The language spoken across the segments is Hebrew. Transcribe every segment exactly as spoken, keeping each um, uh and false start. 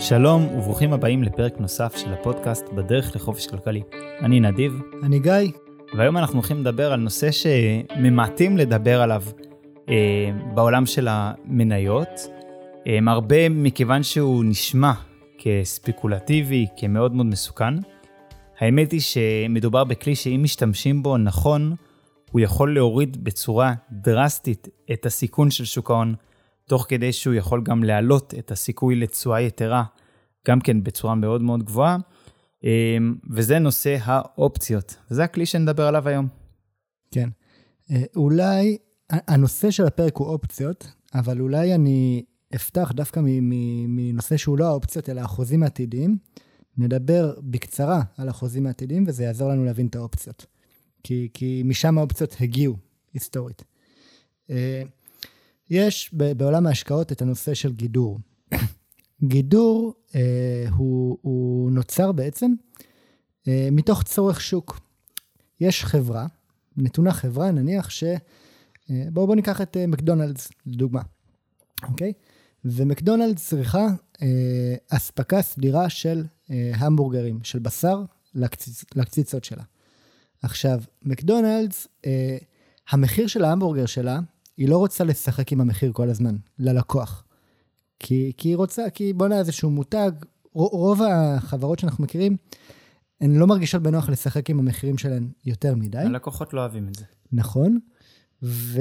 שלום וברוכים הבאים לפרק נוסף של הפודקאסט בדרך לחופש כלכלי. אני נדיב. אני גיא. והיום אנחנו הולכים לדבר על נושא שממעטים לדבר עליו אה, בעולם של המניות. אה, הרבה מכיוון שהוא נשמע כספקולטיבי, כמאוד מאוד מסוכן. האמת היא שמדובר בכלי שאם משתמשים בו נכון, הוא יכול להוריד בצורה דרסטית את הסיכון של שוק ההון, תוך כדי שהוא יכול גם להעלות את הסיכוי לתשואה יתרה, גם כן בצורה מאוד מאוד גבוהה, וזה נושא האופציות, וזה הכלי שנדבר עליו היום. כן, אולי, הנושא של הפרק הוא אופציות, אבל אולי אני אפתח דווקא מנושא שהוא לא האופציות, אלא החוזים העתידיים, נדבר בקצרה על החוזים העתידיים, וזה יעזור לנו להבין את האופציות, כי, כי משם האופציות הגיעו היסטורית. יש בעולם ההשקעות את הנושא של גידור. גידור אה, הוא, הוא נוצר בעצם אה, מתוך צורך שוק. יש חברה, נתונה חברה, נניח ש... אה, בואו בוא ניקח את אה, מקדונלדס, לדוגמה. אוקיי? ומקדונלדס צריכה אה, אספקה סדירה של אה, המבורגרים, של בשר לקציצ, לקציצות שלה. עכשיו, מקדונלדס, אה, המחיר של ההמבורגר שלה, היא לא רוצה לשחק עם המחיר כל הזמן, ללקוח. כי, כי היא רוצה, כי בוא נראה איזשהו מותג, רוב החברות שאנחנו מכירים, הן לא מרגישות בנוח לשחק עם המחירים שלהן יותר מדי. הלקוחות לא אוהבים את זה. נכון. ו,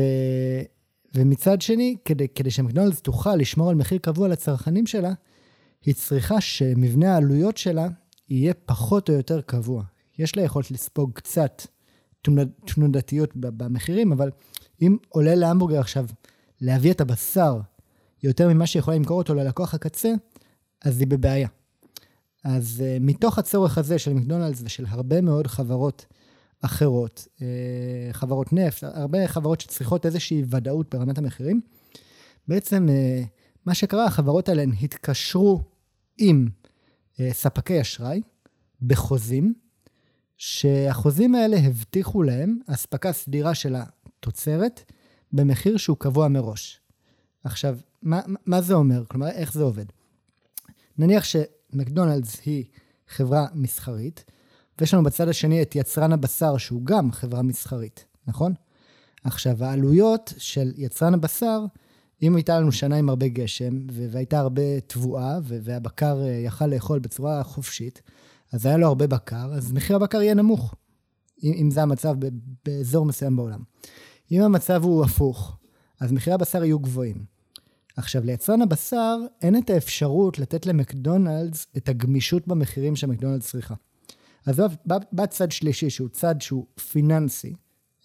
ומצד שני, כדי, כדי שמקדונלדס תוכל לשמור על מחיר קבוע לצרכנים שלה, היא צריכה שמבנה העלויות שלה יהיה פחות או יותר קבוע. יש לה יכולת לספוג קצת תנודתיות במחירים, אבל אם עולה להמבורגר עכשיו להביא את הבשר יותר ממה שיכולה למכור אותו ללקוח הקצה, אז היא בבעיה. אז uh, מתוך הצורך הזה של מקדונלדס ושל הרבה מאוד חברות אחרות, uh, חברות נפט, הרבה חברות שצריכות איזושהי ודאות ברמת המחירים, בעצם uh, מה שקרה, החברות האלה התקשרו עם uh, ספקי אשראי בחוזים, שהחוזים האלה הבטיחו להם אספקה סדירה של התוצרת במחיר שהוא קבוע מראש. עכשיו, מה, מה זה אומר? כלומר, איך זה עובד? נניח שמקדונלדס היא חברה מסחרית, ויש לנו בצד השני את יצרן הבשר שהוא גם חברה מסחרית, נכון? עכשיו, העלויות של יצרן הבשר, אם הייתה לנו שנה עם הרבה גשם, והייתה הרבה תבואה, והבקר יכל לאכול בצורה חופשית, אז היה לו הרבה בקר, אז מחיר הבקר יהיה נמוך, אם, אם זה המצב באזור מסוים בעולם. אם המצב הוא הפוך, אז מחירי הבשר יהיו גבוהים. עכשיו, ליצרן הבשר אין את האפשרות לתת למקדונלדס את הגמישות במחירים שמקדונלדס צריכה. אז בא, בא צד שלישי, שהוא צד שהוא פיננסי,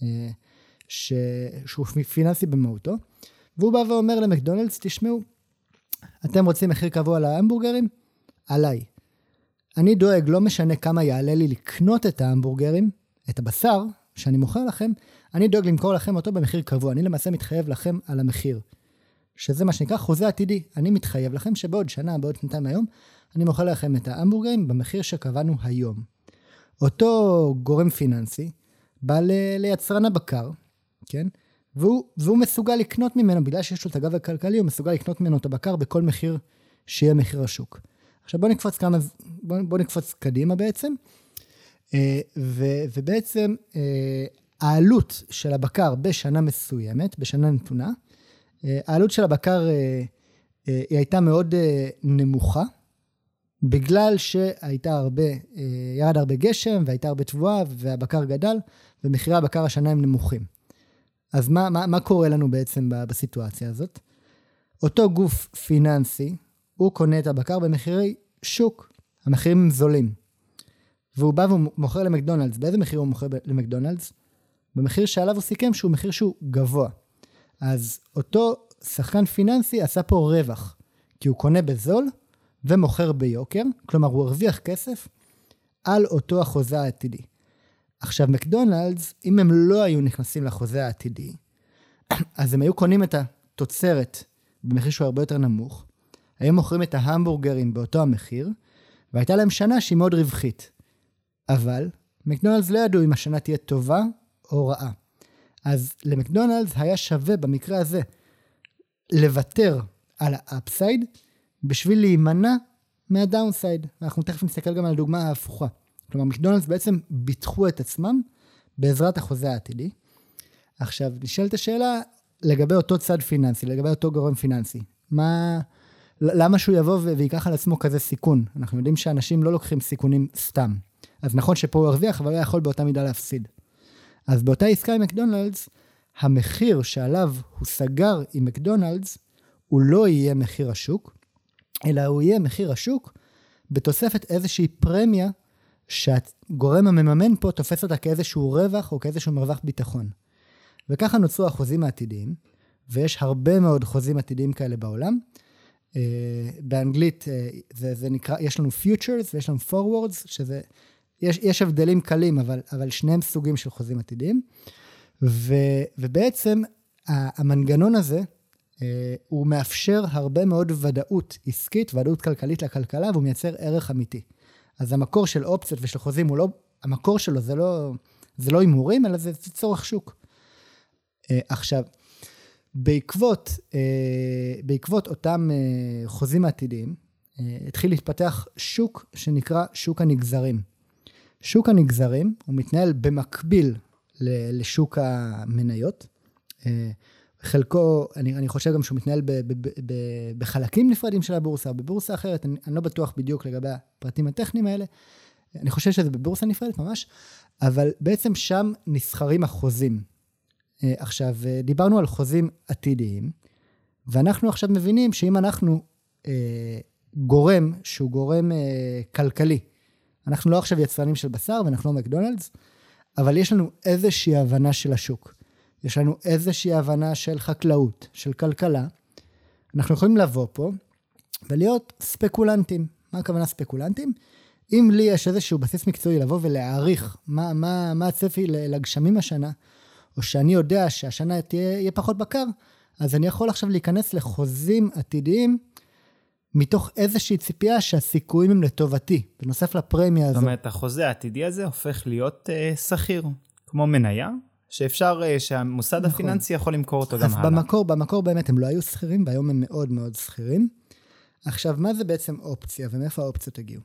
ש, שהוא פיננסי במהותו, והוא בא ואומר למקדונלדס, תשמעו, אתם רוצים מחיר קבוע להמבורגרים? עליי. אני דואג, לא משנה כמה יעלה לי לקנות את ההמבורגרים, את הבשר שאני מוכר לכם, אני דואג למכור לכם אותו במחיר קבוע. אני למעשה מתחייב לכם על המחיר. שזה מה שנקרא חוזה עתידי. אני מתחייב לכם שבעוד שנה, בעוד שנתיים היום, אני מוכר לכם את ההמבורגרים במחיר שקבענו היום. אותו גורם פיננסי בא ל- ליצרן הבקר, כן? והוא, והוא מסוגל לקנות ממנו, בגלל שיש לו את הגב הכלכלי, הוא מסוגל לקנות ממנו את הבקר בכל מחיר שיהיה מחיר השוק. עכשיו בוא נקפוץ כמה, בוא, בוא נקפוץ קדימה בעצם, ו, ובעצם העלות של הבקר בשנה מסוימת, בשנה נתונה, העלות של הבקר היא הייתה מאוד נמוכה, בגלל שהייתה הרבה, ירד הרבה גשם, והייתה הרבה תבואה, והבקר גדל, ומחירי הבקר השנה הם נמוכים. אז מה, מה, מה קורה לנו בעצם בסיטואציה הזאת? אותו גוף פיננסי, הוא קונה את הבקר במחירי שוק, המחירים הם זולים. והוא בא ומוכר למקדונלדס. באיזה מחיר הוא מוכר למקדונלדס? במחיר שעליו הוא סיכם שהוא מחיר שהוא גבוה. אז אותו שחקן פיננסי עשה פה רווח, כי הוא קונה בזול ומוכר ביוקר, כלומר הוא הרוויח כסף על אותו החוזה העתידי. עכשיו מקדונלדס, אם הם לא היו נכנסים לחוזה העתידי, אז הם היו קונים את התוצרת במחיר שהוא הרבה יותר נמוך, היו מוכרים את ההמבורגרים באותו המחיר, והייתה להם שנה שהיא מאוד רווחית. אבל מקדונלדס לא ידעו אם השנה תהיה טובה או רעה. אז למקדונלדס היה שווה במקרה הזה לוותר על האפסייד, בשביל להימנע מהדאונסייד. אנחנו תכף נסתכל גם על הדוגמה ההפוכה. כלומר, מקדונלדס בעצם ביטחו את עצמם בעזרת החוזה העתידי. עכשיו, נשאלת השאלה לגבי אותו צד פיננסי, לגבי אותו גורם פיננסי. מה, למה שהוא יבוא ויקח על עצמו כזה סיכון? אנחנו יודעים שאנשים לא לוקחים סיכונים סתם. אז נכון שפה הוא הרוויח, אבל הוא יכול באותה מידה להפסיד. אז באותה עסקה עם מקדונלדס, המחיר שעליו הוא סגר עם מקדונלדס, הוא לא יהיה מחיר השוק, אלא הוא יהיה מחיר השוק בתוספת איזושהי פרמיה שהגורם המממן פה תופס אותה כאיזשהו רווח או כאיזשהו מרווח ביטחון. וככה נוצרו החוזים העתידיים, ויש הרבה מאוד חוזים עתידיים כאלה בעולם. באנגלית זה, זה נקרא, יש לנו futures ויש לנו forwards, שזה, יש, יש הבדלים קלים, אבל, אבל שניהם סוגים של חוזים עתידיים. ו, ובעצם המנגנון הזה, הוא מאפשר הרבה מאוד ודאות עסקית, ודאות כלכלית לכלכלה, והוא מייצר ערך אמיתי. אז המקור של אופציות ושל חוזים, הוא לא, המקור שלו זה לא, זה לא אימורים, אלא זה צורך שוק. עכשיו, בעקבות, בעקבות אותם חוזים עתידיים, התחיל להתפתח שוק שנקרא שוק הנגזרים. שוק הנגזרים הוא מתנהל במקביל לשוק המניות. חלקו, אני, אני חושב גם שהוא מתנהל ב, ב, ב, ב, בחלקים נפרדים של הבורסה, בבורסה אחרת, אני, אני לא בטוח בדיוק לגבי הפרטים הטכניים האלה, אני חושב שזה בבורסה נפרדת ממש, אבל בעצם שם נסחרים החוזים. עכשיו, דיברנו על חוזים עתידיים, ואנחנו עכשיו מבינים שאם אנחנו אה, גורם שהוא גורם אה, כלכלי, אנחנו לא עכשיו יצרנים של בשר, ואנחנו לא מקדונלדס, אבל יש לנו איזושהי הבנה של השוק. יש לנו איזושהי הבנה של חקלאות, של כלכלה. אנחנו יכולים לבוא פה ולהיות ספקולנטים. מה הכוונה ספקולנטים? אם לי יש איזשהו בסיס מקצועי לבוא ולהעריך מה, מה, מה הצפי לגשמים השנה, או שאני יודע שהשנה תהיה, יהיה פחות בקר, אז אני יכול עכשיו להיכנס לחוזים עתידיים, מתוך איזושהי ציפייה שהסיכויים הם לטובתי, בנוסף לפרמיה הזו. זאת אומרת, החוזה העתידי הזה הופך להיות אה, שכיר, כמו מניה, שאפשר, אה, שהמוסד נכון. הפיננסי יכול למכור אותו גם הלאה. אז במקור, במקור באמת הם לא היו שכירים, והיום הם מאוד מאוד שכירים. עכשיו, מה זה בעצם אופציה, ומאיפה האופציות הגיעו?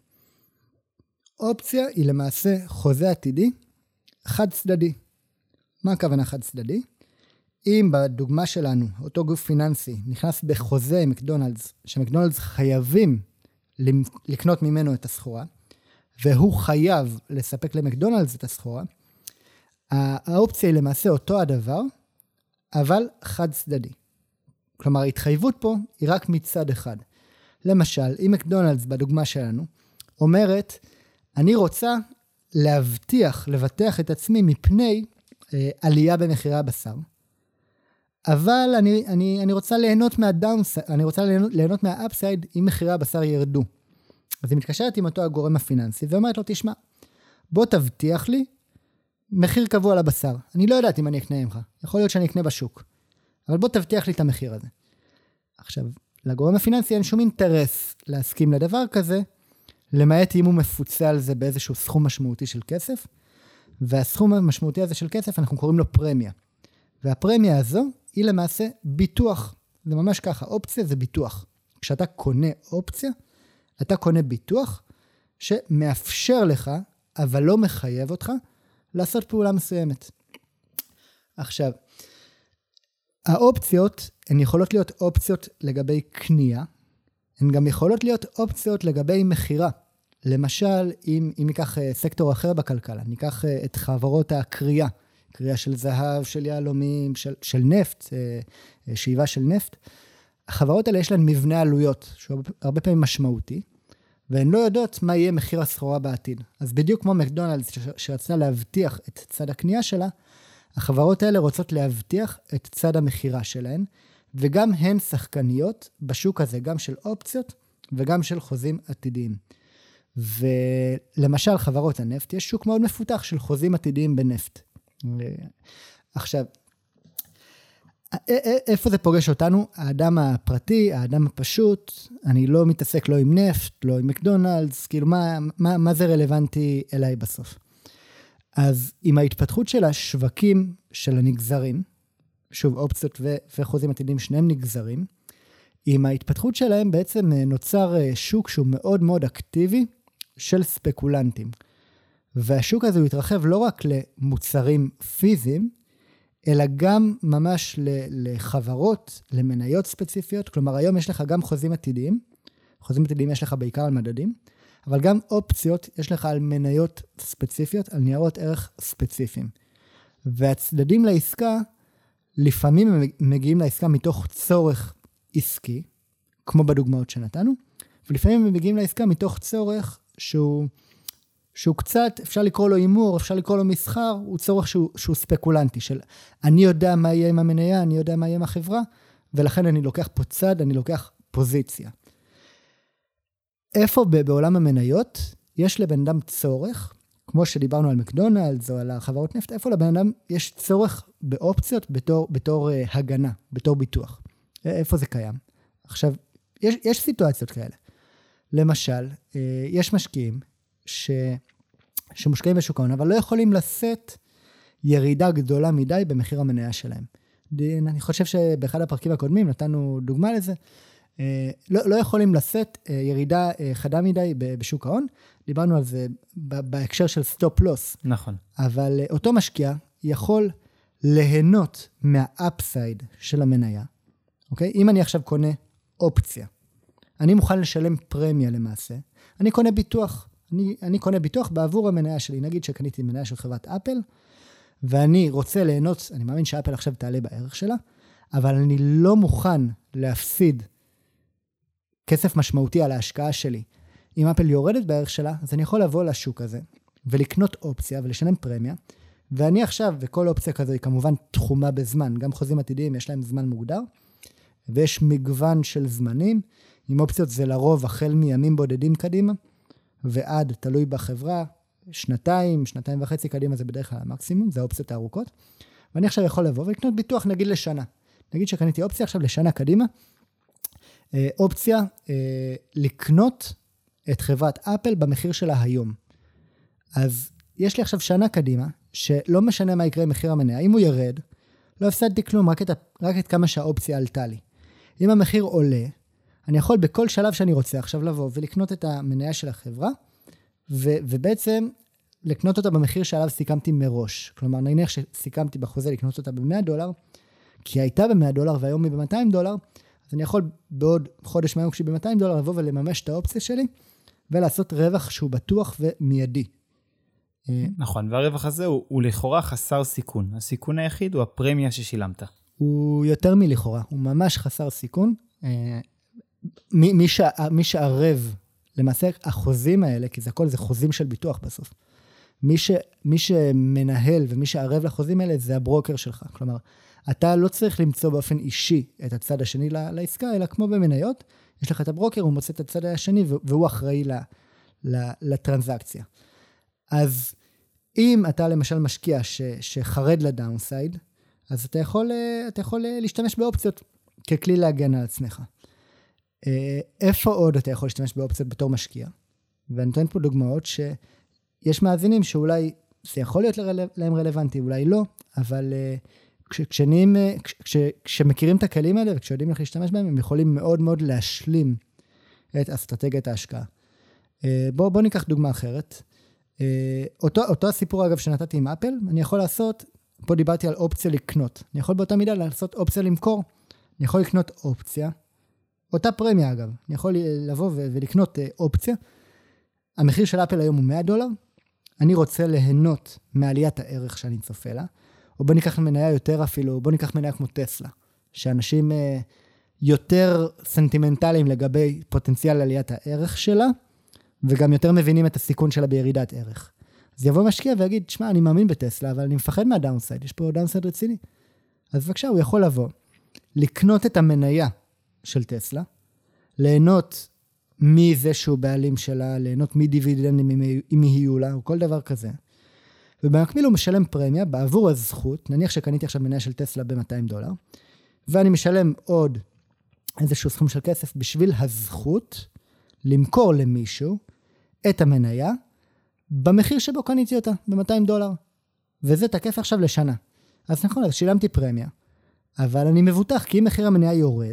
אופציה היא למעשה חוזה עתידי, חד צדדי. מה הכוונה חד צדדי? אם בדוגמה שלנו, אותו גוף פיננסי, נכנס בחוזה עם מקדונלדס, שמקדונלדס חייבים לקנות ממנו את הסחורה, והוא חייב לספק למקדונלדס את הסחורה, האופציה היא למעשה אותו הדבר, אבל חד צדדי. כלומר, ההתחייבות פה היא רק מצד אחד. למשל, אם מקדונלדס בדוגמה שלנו, אומרת, אני רוצה להבטיח, לבטח את עצמי מפני אה, עלייה במחירי הבשר, אבל אני, אני, אני רוצה ליהנות מהדאונסייד, אני רוצה ליהנות, ליהנות מהאפסייד אם מחירי הבשר ירדו. אז היא מתקשרת עם אותו הגורם הפיננסי, ואומרת לו, תשמע, בוא תבטיח לי מחיר קבוע לבשר. אני לא יודעת אם אני אקנה ממך, יכול להיות שאני אקנה בשוק, אבל בוא תבטיח לי את המחיר הזה. עכשיו, לגורם הפיננסי אין שום אינטרס להסכים לדבר כזה, למעט אם הוא מפוצה על זה באיזשהו סכום משמעותי של כסף, והסכום המשמעותי הזה של כסף אנחנו קוראים לו פרמיה. והפרמיה הזו היא למעשה ביטוח. זה ממש ככה, אופציה זה ביטוח. כשאתה קונה אופציה, אתה קונה ביטוח שמאפשר לך, אבל לא מחייב אותך, לעשות פעולה מסוימת. עכשיו, האופציות, הן יכולות להיות אופציות לגבי קנייה, הן גם יכולות להיות אופציות לגבי מחירה. למשל, אם, אם ניקח סקטור אחר בכלכלה, ניקח את חברות הקריאה, קריאה של זהב, של יהלומים, של, של נפט, שאיבה של נפט. החברות האלה יש להן מבנה עלויות, שהוא הרבה פעמים משמעותי, והן לא יודעות מה יהיה מחיר הסחורה בעתיד. אז בדיוק כמו מקדונלדס שרצה להבטיח את צד הקנייה שלה, החברות האלה רוצות להבטיח את צד המחירה שלהן, וגם הן שחקניות בשוק הזה, גם של אופציות וגם של חוזים עתידיים. ולמשל חברות הנפט, יש שוק מאוד מפותח של חוזים עתידיים בנפט. עכשיו, איפה זה פוגש אותנו? האדם הפרטי, האדם הפשוט, אני לא מתעסק לא עם נפט, לא עם מקדונלדס, כאילו מה, מה, מה זה רלוונטי אליי בסוף? אז עם ההתפתחות של השווקים של הנגזרים, שוב, אופציות ו- וחוזים עתידיים, שניהם נגזרים, עם ההתפתחות שלהם בעצם נוצר שוק שהוא מאוד מאוד אקטיבי של ספקולנטים. והשוק הזה הוא התרחב לא רק למוצרים פיזיים, אלא גם ממש לחברות, למניות ספציפיות. כלומר, היום יש לך גם חוזים עתידיים, חוזים עתידיים יש לך בעיקר על מדדים, אבל גם אופציות יש לך על מניות ספציפיות, על ניירות ערך ספציפיים. והצדדים לעסקה, לפעמים הם מגיעים לעסקה מתוך צורך עסקי, כמו בדוגמאות שנתנו, ולפעמים הם מגיעים לעסקה מתוך צורך שהוא, שהוא קצת, אפשר לקרוא לו אימור, אפשר לקרוא לו מסחר, הוא צורך שהוא, שהוא ספקולנטי, של אני יודע מה יהיה עם המניה, אני יודע מה יהיה עם החברה, ולכן אני לוקח פה צד, אני לוקח פוזיציה. איפה בעולם המניות יש לבן אדם צורך, כמו שדיברנו על מקדונלדס או על החברות נפט, איפה לבן אדם יש צורך באופציות בתור, בתור uh, הגנה, בתור ביטוח. איפה זה קיים? עכשיו, יש, יש סיטואציות כאלה. למשל, uh, יש משקיעים ש, שמושקעים בשוק ההון, אבל לא יכולים לשאת ירידה גדולה מדי במחיר המניה שלהם. אני חושב שבאחד הפרקים הקודמים נתנו דוגמה לזה, אה, לא, לא יכולים לשאת אה, ירידה אה, חדה מדי בשוק ההון, דיברנו על זה בהקשר של סטופ לוס. נכון. אבל אה, אותו משקיע יכול ליהנות מהאפסייד של המניה, אוקיי? אם אני עכשיו קונה אופציה, אני מוכן לשלם פרמיה למעשה, אני קונה ביטוח, אני, אני קונה ביטוח בעבור המניה שלי, נגיד שקניתי מניה של חברת אפל, ואני רוצה ליהנות, אני מאמין שאפל עכשיו תעלה בערך שלה, אבל אני לא מוכן להפסיד כסף משמעותי על ההשקעה שלי. אם אפל יורדת בערך שלה, אז אני יכול לבוא לשוק הזה, ולקנות אופציה ולשלם פרמיה, ואני עכשיו, וכל אופציה כזו היא כמובן תחומה בזמן, גם חוזים עתידיים יש להם זמן מוגדר, ויש מגוון של זמנים, עם אופציות זה לרוב החל מימים בודדים קדימה, ועד תלוי בחברה, שנתיים, שנתיים וחצי קדימה זה בדרך כלל המקסימום, זה האופציות הארוכות, ואני עכשיו יכול לבוא ולקנות ביטוח נגיד לשנה. נגיד שקניתי אופציה עכשיו לשנה קדימה, אופציה לקנות את חברת אפל במחיר שלה היום. אז יש לי עכשיו שנה קדימה, שלא משנה מה יקרה עם מחיר המניה, אם הוא ירד, לא הפסדתי כלום, רק את, רק את כמה שהאופציה עלתה לי. אם המחיר עולה, אני יכול בכל שלב שאני רוצה עכשיו לבוא ולקנות את המניה של החברה, ו- ובעצם לקנות אותה במחיר שעליו סיכמתי מראש. כלומר, נניח שסיכמתי בחוזה לקנות אותה ב-מאה דולר, כי הייתה ב-מאה דולר והיום היא ב-מאתיים דולר, אז אני יכול בעוד חודש מהיום כשהיא ב-מאתיים דולר לבוא ולממש את האופציה שלי, ולעשות רווח שהוא בטוח ומיידי. נכון, והרווח הזה הוא, הוא לכאורה חסר סיכון. הסיכון היחיד הוא הפרמיה ששילמת. הוא יותר מלכאורה, הוא ממש חסר סיכון. מי, מי, ש, מי שערב, למעשה החוזים האלה, כי זה הכל זה חוזים של ביטוח בסוף. מי, ש, מי שמנהל ומי שערב לחוזים האלה זה הברוקר שלך. כלומר, אתה לא צריך למצוא באופן אישי את הצד השני לעסקה, אלא כמו במניות, יש לך את הברוקר, הוא מוצא את הצד השני והוא אחראי לטרנזקציה. אז אם אתה למשל משקיע ש, שחרד לדאונסייד, אז אתה יכול, אתה יכול להשתמש באופציות ככלי להגן על עצמך. איפה עוד אתה יכול להשתמש באופציות בתור משקיע? ואני נותן פה דוגמאות שיש מאזינים שאולי זה יכול להיות להם רלוונטי, אולי לא, אבל כשניים, כש, כשמכירים את הכלים האלה וכשיודעים איך להשתמש בהם, הם יכולים מאוד מאוד להשלים את אסטרטגיית ההשקעה. בוא, בוא ניקח דוגמה אחרת. אותו, אותו הסיפור אגב שנתתי עם אפל, אני יכול לעשות, פה דיברתי על אופציה לקנות, אני יכול באותה מידה לעשות אופציה למכור, אני יכול לקנות אופציה, אותה פרמיה אגב, אני יכול לבוא ולקנות אופציה, המחיר של אפל היום הוא מאה דולר, אני רוצה ליהנות מעליית הערך שאני צופה לה, או בוא ניקח מניה יותר אפילו, בוא ניקח מניה כמו טסלה, שאנשים יותר סנטימנטליים לגבי פוטנציאל עליית הערך שלה, וגם יותר מבינים את הסיכון שלה בירידת ערך. אז יבוא משקיע ויגיד, שמה, אני מאמין בטסלה, אבל אני מפחד מהדאונסייד, יש פה דאונסייד רציני. אז בבקשה, הוא יכול לבוא, לקנות את המניה של טסלה, ליהנות מזה שהוא בעלים שלה, ליהנות מדיבידנדים אם יהיו לה, או כל דבר כזה. ובמקביל הוא משלם פרמיה בעבור הזכות, נניח שקניתי עכשיו מניה של טסלה ב-מאתיים דולר, ואני משלם עוד איזשהו סכום של כסף בשביל הזכות, למכור למישהו את המניה, במחיר שבו קניתי אותה, ב-מאתיים דולר. וזה תקף עכשיו לשנה. אז נכון, אז שילמתי פרמיה, אבל אני מבוטח, כי אם מחיר המניה יורד,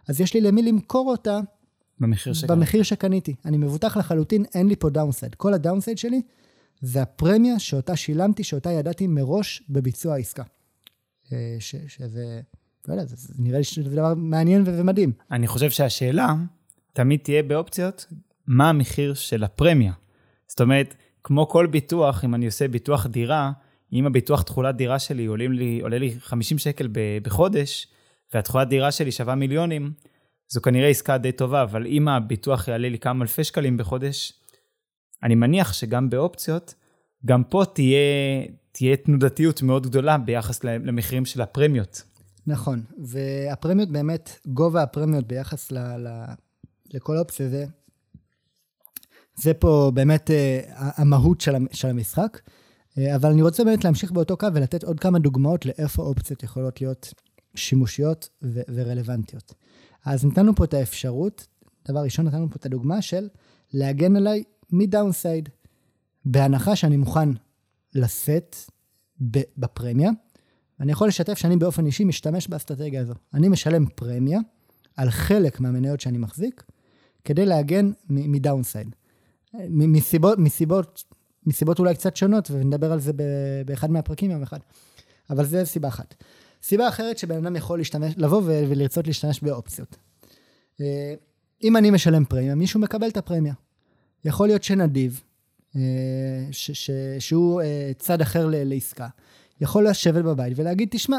אז יש לי למי למכור אותה במחיר שקניתי. במחיר שקניתי. אני מבוטח לחלוטין, אין לי פה דאונסייד. כל הדאונסייד שלי זה הפרמיה שאותה שילמתי, שאותה ידעתי מראש בביצוע העסקה. ש, שזה, לא יודע, זה נראה לי שזה דבר מעניין ומדהים. אני חושב שהשאלה תמיד תהיה באופציות, מה המחיר של הפרמיה? זאת אומרת, כמו כל ביטוח, אם אני עושה ביטוח דירה, אם הביטוח תחולת דירה שלי עולים לי, עולה לי חמישים שקל בחודש, והתחולת דירה שלי שווה מיליונים, זו כנראה עסקה די טובה, אבל אם הביטוח יעלה לי כמה אלפי שקלים בחודש, אני מניח שגם באופציות, גם פה תהיה, תהיה תנודתיות מאוד גדולה ביחס למחירים של הפרמיות. נכון, והפרמיות באמת, גובה הפרמיות ביחס ל, ל, לכל אופציה זה, זה פה באמת המהות של, של המשחק, אבל אני רוצה באמת להמשיך באותו קו ולתת עוד כמה דוגמאות לאיפה אופציות יכולות להיות שימושיות ו- ורלוונטיות. אז נתנו פה את האפשרות, דבר ראשון נתנו פה את הדוגמה של להגן עליי מדאונסייד, בהנחה שאני מוכן לשאת בפרמיה, אני יכול לשתף שאני באופן אישי משתמש באסטרטגיה הזו. אני משלם פרמיה על חלק מהמניות שאני מחזיק, כדי להגן מדאונסייד. מסיבות, מסיבות, מסיבות אולי קצת שונות, ונדבר על זה באחד מהפרקים יום אחד. אבל זה סיבה אחת. סיבה אחרת שבן אדם יכול להשתמש, לבוא ולרצות להשתמש באופציות. אם אני משלם פרמיה, מישהו מקבל את הפרמיה. יכול להיות שנדיב, ש, ש, שהוא צד אחר לעסקה, יכול לשבת בבית ולהגיד, תשמע,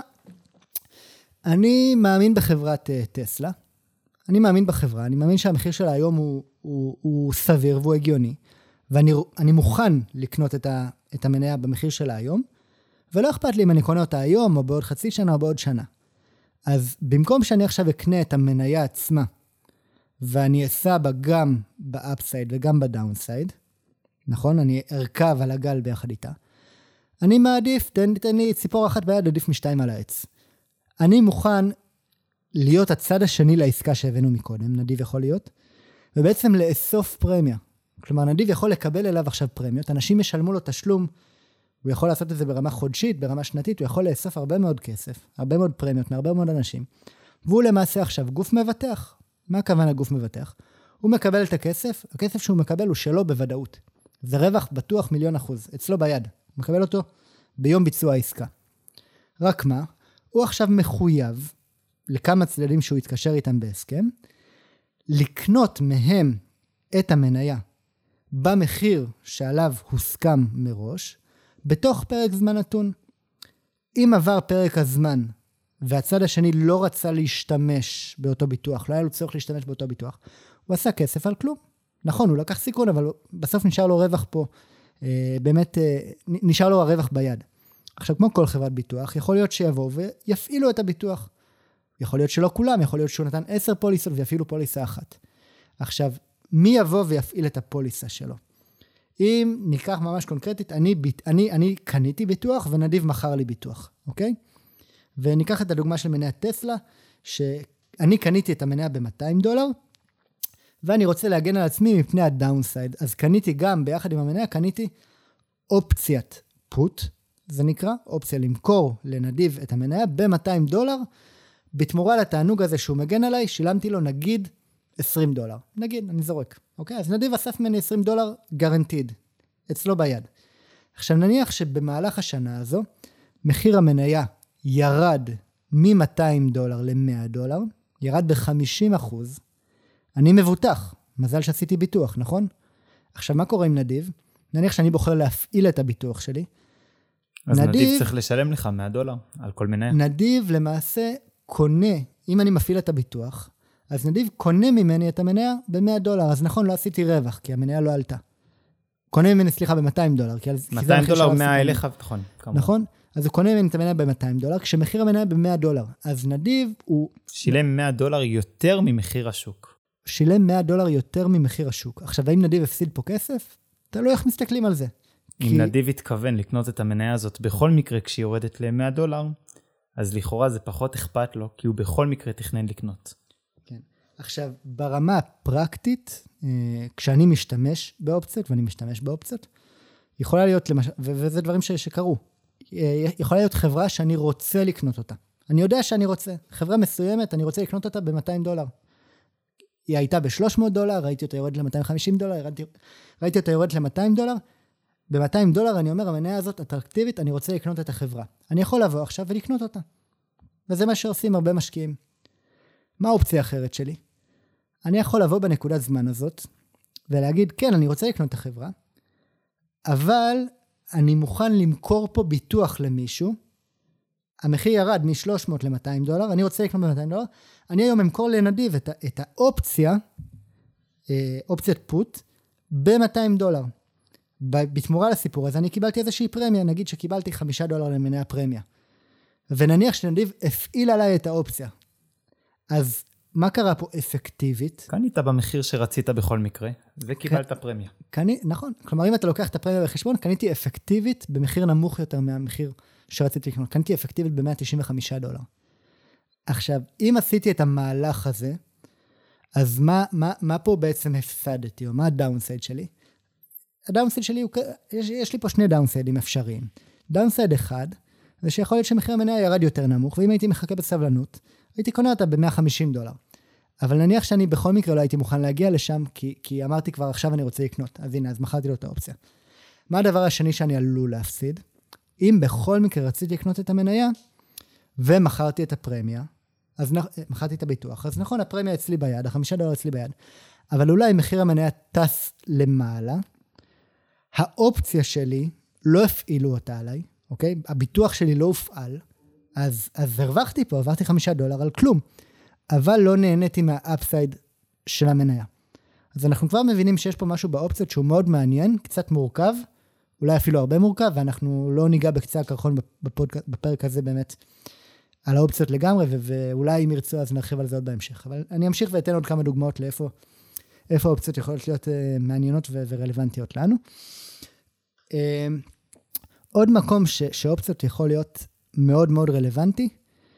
אני מאמין בחברת טסלה, אני מאמין בחברה, אני מאמין שהמחיר שלה היום הוא, הוא, הוא סביר והוא הגיוני, ואני אני מוכן לקנות את, ה, את המניה במחיר שלה היום, ולא אכפת לי אם אני קונה אותה היום, או בעוד חצי שנה, או בעוד שנה. אז במקום שאני עכשיו אקנה את המניה עצמה, ואני אסע בה גם באפסייד וגם בדאונסייד, נכון? אני ארכב על הגל ביחד איתה. אני מעדיף, תן, תן לי ציפור אחת ביד, עדיף משתיים על העץ. אני מוכן להיות הצד השני לעסקה שהבאנו מקודם, נדיב יכול להיות, ובעצם לאסוף פרמיה. כלומר, נדיב יכול לקבל אליו עכשיו פרמיות, אנשים ישלמו לו תשלום, הוא יכול לעשות את זה ברמה חודשית, ברמה שנתית, הוא יכול לאסוף הרבה מאוד כסף, הרבה מאוד פרמיות מהרבה מאוד אנשים, והוא למעשה עכשיו גוף מבטח. מה הכוונה גוף מבטח? הוא מקבל את הכסף, הכסף שהוא מקבל הוא שלו בוודאות. זה רווח בטוח מיליון אחוז, אצלו ביד. הוא מקבל אותו ביום ביצוע העסקה. רק מה? הוא עכשיו מחויב לכמה צדדים שהוא יתקשר איתם בהסכם, לקנות מהם את המניה במחיר שעליו הוסכם מראש, בתוך פרק זמן נתון. אם עבר פרק הזמן, והצד השני לא רצה להשתמש באותו ביטוח, לא היה לו צורך להשתמש באותו ביטוח, הוא עשה כסף על כלום. נכון, הוא לקח סיכון, אבל בסוף נשאר לו רווח פה, אה, באמת אה, נשאר לו הרווח ביד. עכשיו, כמו כל חברת ביטוח, יכול להיות שיבואו ויפעילו את הביטוח. יכול להיות שלא כולם, יכול להיות שהוא נתן עשר פוליסות ויפעילו פוליסה אחת. עכשיו, מי יבוא ויפעיל את הפוליסה שלו? אם ניקח ממש קונקרטית, אני, אני, אני קניתי ביטוח ונדיב מכר לי ביטוח, אוקיי? וניקח את הדוגמה של מניית טסלה, שאני קניתי את המניה ב-מאתיים דולר, ואני רוצה להגן על עצמי מפני הדאונסייד. אז קניתי גם, ביחד עם המניה, קניתי אופציית פוט, זה נקרא, אופציה למכור לנדיב את המניה ב-מאתיים דולר, בתמורה לתענוג הזה שהוא מגן עליי, שילמתי לו נגיד עשרים דולר. נגיד, אני זורק. אוקיי? אז נדיב אסף ממני עשרים דולר גרנטיד, אצלו ביד. עכשיו נניח שבמהלך השנה הזו, מחיר המניה ירד מ-מאתיים דולר ל-מאה דולר, ירד ב-חמישים אחוז, אני מבוטח, מזל שעשיתי ביטוח, נכון? עכשיו, מה קורה עם נדיב? נניח שאני בוחר להפעיל את הביטוח שלי. אז נדיב, נדיב צריך לשלם לך מאה דולר על כל מניה. נדיב למעשה קונה, אם אני מפעיל את הביטוח, אז נדיב קונה ממני את המניה ב-מאה דולר, אז נכון, לא עשיתי רווח, כי המניה לא עלתה. קונה ממני, סליחה, ב-מאתיים דולר. מאתיים דולר, מאה אליך, נכון. נכון? אז הוא קונה ממני את המניה ב-מאתיים דולר, כשמחיר המניה ב-מאה דולר. אז נדיב הוא... שילם מאה דולר יותר ממחיר השוק. שילם מאה דולר יותר ממחיר השוק. עכשיו, האם נדיב הפסיד פה כסף? אתה לא איך מסתכלים על זה. אם כי... נדיב התכוון לקנות את המניה הזאת בכל מקרה כשהיא יורדת ל-מאה דולר, אז לכאורה זה פחות אכפת לו, כי הוא בכל מקרה תכנן לקנות. כן. עכשיו, ברמה הפרקטית, כשאני משתמש באופציות, ואני משתמש באופציות, יכולה להיות, למש... וזה דברים ש... שקרו, יכולה להיות חברה שאני רוצה לקנות אותה. אני יודע שאני רוצה. חברה מסוימת, אני רוצה לקנות אותה ב-מאתיים דולר. היא הייתה ב-שלוש מאות דולר, ראיתי אותה יורדת ל-מאתיים וחמישים דולר, ראיתי, ראיתי אותה יורדת ל-מאתיים דולר. ב-מאתיים דולר אני אומר, המניה הזאת אטרקטיבית, אני רוצה לקנות את החברה. אני יכול לבוא עכשיו ולקנות אותה. וזה מה שעושים הרבה משקיעים. מה האופציה האחרת שלי? אני יכול לבוא בנקודת זמן הזאת, ולהגיד, כן, אני רוצה לקנות את החברה, אבל אני מוכן למכור פה ביטוח למישהו, המחיר ירד מ-שלוש מאות ל-מאתיים דולר, אני רוצה לקנות ב-מאתיים דולר, אני היום אמכור לנדיב את, את האופציה, אופציית פוט, ב-מאתיים דולר. בתמורה לסיפור הזה, אני קיבלתי איזושהי פרמיה, נגיד שקיבלתי חמישה דולר למניה הפרמיה, ונניח שנדיב הפעיל עליי את האופציה. אז מה קרה פה אפקטיבית? קנית במחיר שרצית בכל מקרה, וקיבלת ק... פרמיה. קני... נכון, כלומר אם אתה לוקח את הפרמיה בחשבון, קניתי אפקטיבית במחיר נמוך יותר מהמחיר שרציתי לקנות. קניתי אפקטיבית ב-מאה תשעים וחמישה דולר. עכשיו, אם עשיתי את המהלך הזה, אז מה, מה, מה פה בעצם הפסדתי, או מה הדאונסייד שלי? הדאונסייד שלי, הוא... יש, יש לי פה שני דאונסיידים אפשריים. דאונסייד אחד, זה שיכול להיות שמחיר המניה ירד יותר נמוך, ואם הייתי מחכה בסבלנות, הייתי קונה אותה ב-מאה וחמישים דולר. אבל נניח שאני בכל מקרה לא הייתי מוכן להגיע לשם, כי, כי אמרתי כבר עכשיו אני רוצה לקנות. אז הנה, אז מכרתי לו את האופציה. מה הדבר השני שאני עלול להפסיד? אם בכל מקרה רציתי לקנות את המניה, ומכרתי את הפרמיה, אז נ... מכרתי את הביטוח, אז נכון, הפרמיה אצלי ביד, החמישה דולר אצלי ביד, אבל אולי מחיר המניה טס למעלה, האופציה שלי לא הפעילו אותה עליי, אוקיי? הביטוח שלי לא הופעל, אז, אז הרווחתי פה, עברתי חמישה דולר על כלום, אבל לא נהניתי מהאפסייד של המניה. אז אנחנו כבר מבינים שיש פה משהו באופציות שהוא מאוד מעניין, קצת מורכב, אולי אפילו הרבה מורכב, ואנחנו לא ניגע בקצה הקרחון בפודק... בפרק הזה באמת על האופציות לגמרי, ו- ואולי אם ירצו אז נרחיב על זה עוד בהמשך. אבל אני אמשיך ואתן עוד כמה דוגמאות לאיפה איפה האופציות יכולות להיות uh, מעניינות ו- ורלוונטיות לנו. Uh, עוד מקום ש- שאופציות יכול להיות מאוד מאוד רלוונטי,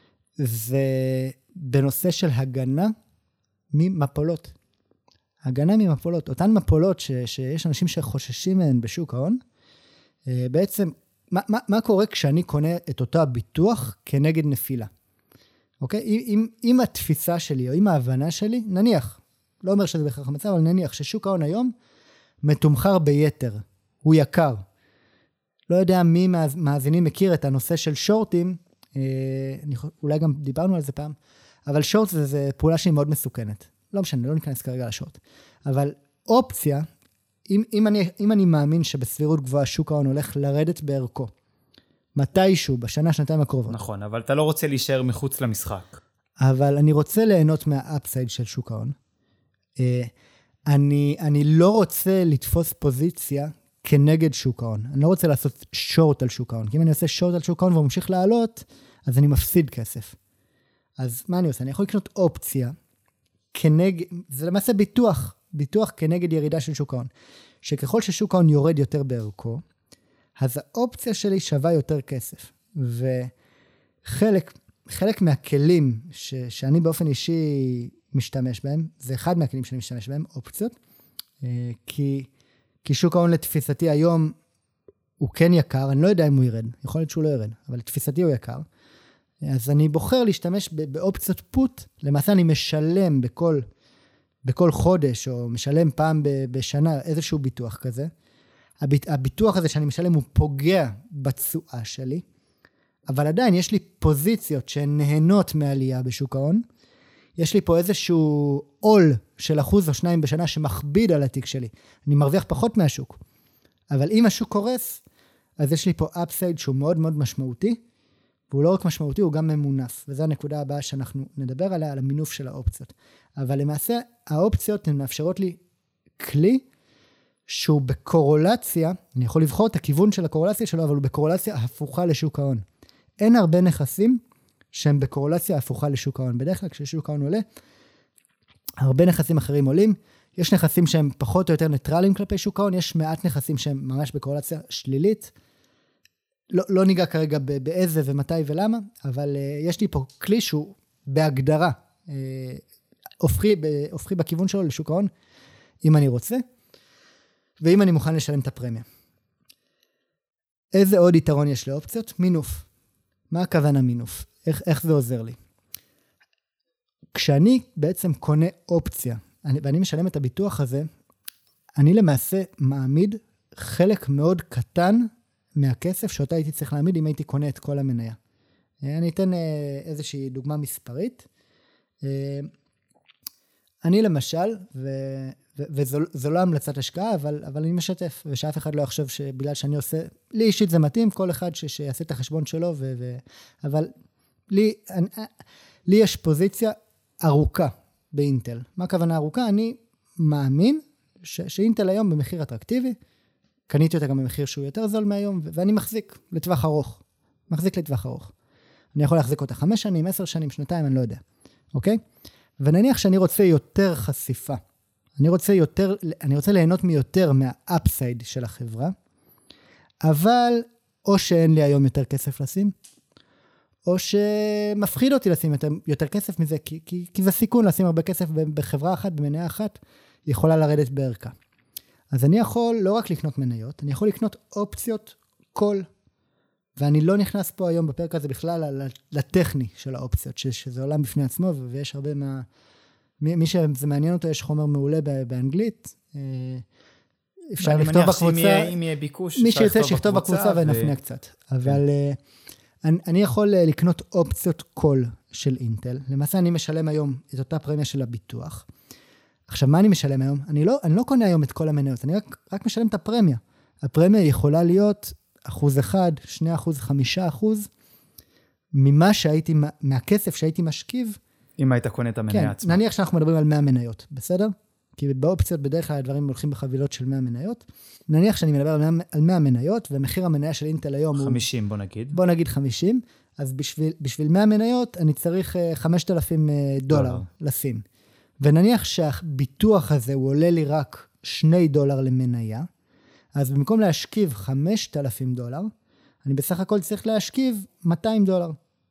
זה בנושא של הגנה ממפולות. הגנה ממפולות. אותן מפולות ש- שיש אנשים שחוששים מהן בשוק ההון, uh, בעצם, מה, מה, מה קורה כשאני קונה את אותו הביטוח כנגד נפילה? אוקיי? אם, אם התפיסה שלי או אם ההבנה שלי, נניח, לא אומר שזה בכך המצב, אבל נניח ששוק ההון היום מתומחר ביתר, הוא יקר. לא יודע מי מאזינים מכיר את הנושא של שורטים, אולי גם דיברנו על זה פעם, אבל שורט זה, זה פעולה שהיא מאוד מסוכנת. לא משנה, לא ניכנס כרגע לשורט. אבל אופציה, אם, אם, אני, אם אני מאמין שבסבירות גבוהה שוק ההון הולך לרדת בערכו, מתישהו, בשנה, שנתיים הקרובות. נכון, אבל אתה לא רוצה להישאר מחוץ למשחק. אבל אני רוצה ליהנות מהאפסייד של שוק ההון. אני, אני לא רוצה לתפוס פוזיציה כנגד שוק ההון. אני לא רוצה לעשות שורט על שוק ההון. כי אם אני עושה שורט על שוק ההון וממשיך לעלות, אז אני מפסיד כסף. אז מה אני עושה? אני יכול לקנות אופציה כנגד, זה למעשה ביטוח, ביטוח כנגד ירידה של שוק ההון. שככל ששוק ההון יורד יותר בערכו, אז האופציה שלי שווה יותר כסף. וחלק, חלק מהכלים ש, שאני באופן אישי משתמש בהם, זה אחד מהכלים שאני משתמש בהם, אופציות, כי, כי שוק ההון לתפיסתי היום הוא כן יקר, אני לא יודע אם הוא ירד, יכול להיות שהוא לא ירד, אבל לתפיסתי הוא יקר, אז אני בוחר להשתמש באופציות פוט, למעשה אני משלם בכל, בכל חודש, או משלם פעם בשנה איזשהו ביטוח כזה, הביטוח הזה שאני משלם הוא פוגע בתשואה שלי, אבל עדיין יש לי פוזיציות שהן נהנות מעלייה בשוק ההון, יש לי פה איזשהו עול של אחוז או שניים בשנה שמכביד על התיק שלי. אני מרוויח פחות מהשוק. אבל אם השוק קורס, אז יש לי פה אפסייד שהוא מאוד מאוד משמעותי, והוא לא רק משמעותי, הוא גם ממונף. וזו הנקודה הבאה שאנחנו נדבר עליה, על המינוף של האופציות. אבל למעשה, האופציות הן מאפשרות לי כלי, שהוא בקורולציה, אני יכול לבחור את הכיוון של הקורולציה שלו, אבל הוא בקורולציה הפוכה לשוק ההון. אין הרבה נכסים שהם בקורולציה הפוכה לשוק ההון. בדרך כלל כששוק ההון עולה, הרבה נכסים אחרים עולים, יש נכסים שהם פחות או יותר ניטרליים כלפי שוק ההון, יש מעט נכסים שהם ממש בקורולציה שלילית, לא, לא ניגע כרגע באיזה ומתי ולמה, אבל uh, יש לי פה כלי שהוא בהגדרה, uh, הופכי, הופכי בכיוון שלו לשוק ההון, אם אני רוצה, ואם אני מוכן לשלם את הפרמיה. איזה עוד יתרון יש לאופציות? מינוף. מה הכוונה מינוף? איך, איך זה עוזר לי? כשאני בעצם קונה אופציה, אני, ואני משלם את הביטוח הזה, אני למעשה מעמיד חלק מאוד קטן מהכסף שאותה הייתי צריך להעמיד אם הייתי קונה את כל המניה. אני אתן איזושהי דוגמה מספרית. אני למשל, ו, ו, וזו לא המלצת השקעה, אבל, אבל אני משתף, ושאף אחד לא יחשוב שבגלל שאני עושה, לי אישית זה מתאים, כל אחד ש, שיעשה את החשבון שלו, ו, ו, אבל לי, אני, לי יש פוזיציה ארוכה באינטל. מה הכוונה ארוכה? אני מאמין ש, שאינטל היום במחיר אטרקטיבי, קניתי אותה גם במחיר שהוא יותר זול מהיום, ו, ואני מחזיק לטווח ארוך. מחזיק לטווח ארוך. אני יכול להחזיק אותה חמש שנים, עשר שנים, שנתיים, אני לא יודע. אוקיי? ונניח שאני רוצה יותר חשיפה. אני רוצה יותר, אני רוצה ליהנות מיותר מהאפסייד של החברה, אבל או שאין לי היום יותר כסף לשים, או שמפחיד אותי לשים יותר, יותר כסף מזה, כי, כי, כי זה סיכון לשים הרבה כסף בחברה אחת, במניה אחת, היא יכולה לרדת בערכה. אז אני יכול לא רק לקנות מניות, אני יכול לקנות אופציות כל, ואני לא נכנס פה היום בפרק הזה בכלל לטכני של האופציות, שזה עולם בפני עצמו, ויש הרבה מה... מי שזה מעניין אותו, יש חומר מעולה באנגלית, אפשר לכתוב בקבוצה, אם יהיה ביקוש, מי שירצה שיכתוב בקבוצה ונפנה קצת. אבל אני יכול לקנות אופציות כל של אינטל, למעשה אני משלם היום את אותה פרמיה של הביטוח. עכשיו, מה אני משלם היום? אני לא, אני לא קונה היום את כל המניות, אני רק, רק משלם את הפרמיה. הפרמיה יכולה להיות אחוז אחד, שני אחוז, חמישה אחוז, ממה שהייתי, מהכסף שהייתי משכיב. אם היית קונה את המניה כן, עצמה. נניח שאנחנו מדברים על מאה מניות, בסדר? כי באופציות בדרך כלל הדברים הולכים בחבילות של מאה מניות. נניח שאני מדבר על מאה, על מאה מניות, ומחיר המניה של אינטל היום הוא... חמישים, בוא נגיד. בוא נגיד חמישים, אז בשביל, בשביל מאה מניות אני צריך חמשת אלפים דולר, דולר לשים. ונניח שהביטוח הזה הוא עולה לי רק שני דולר למניה, אז במקום להשכיב חמשת אלפים דולר, אני בסך הכל צריך להשכיב מאתיים דולר.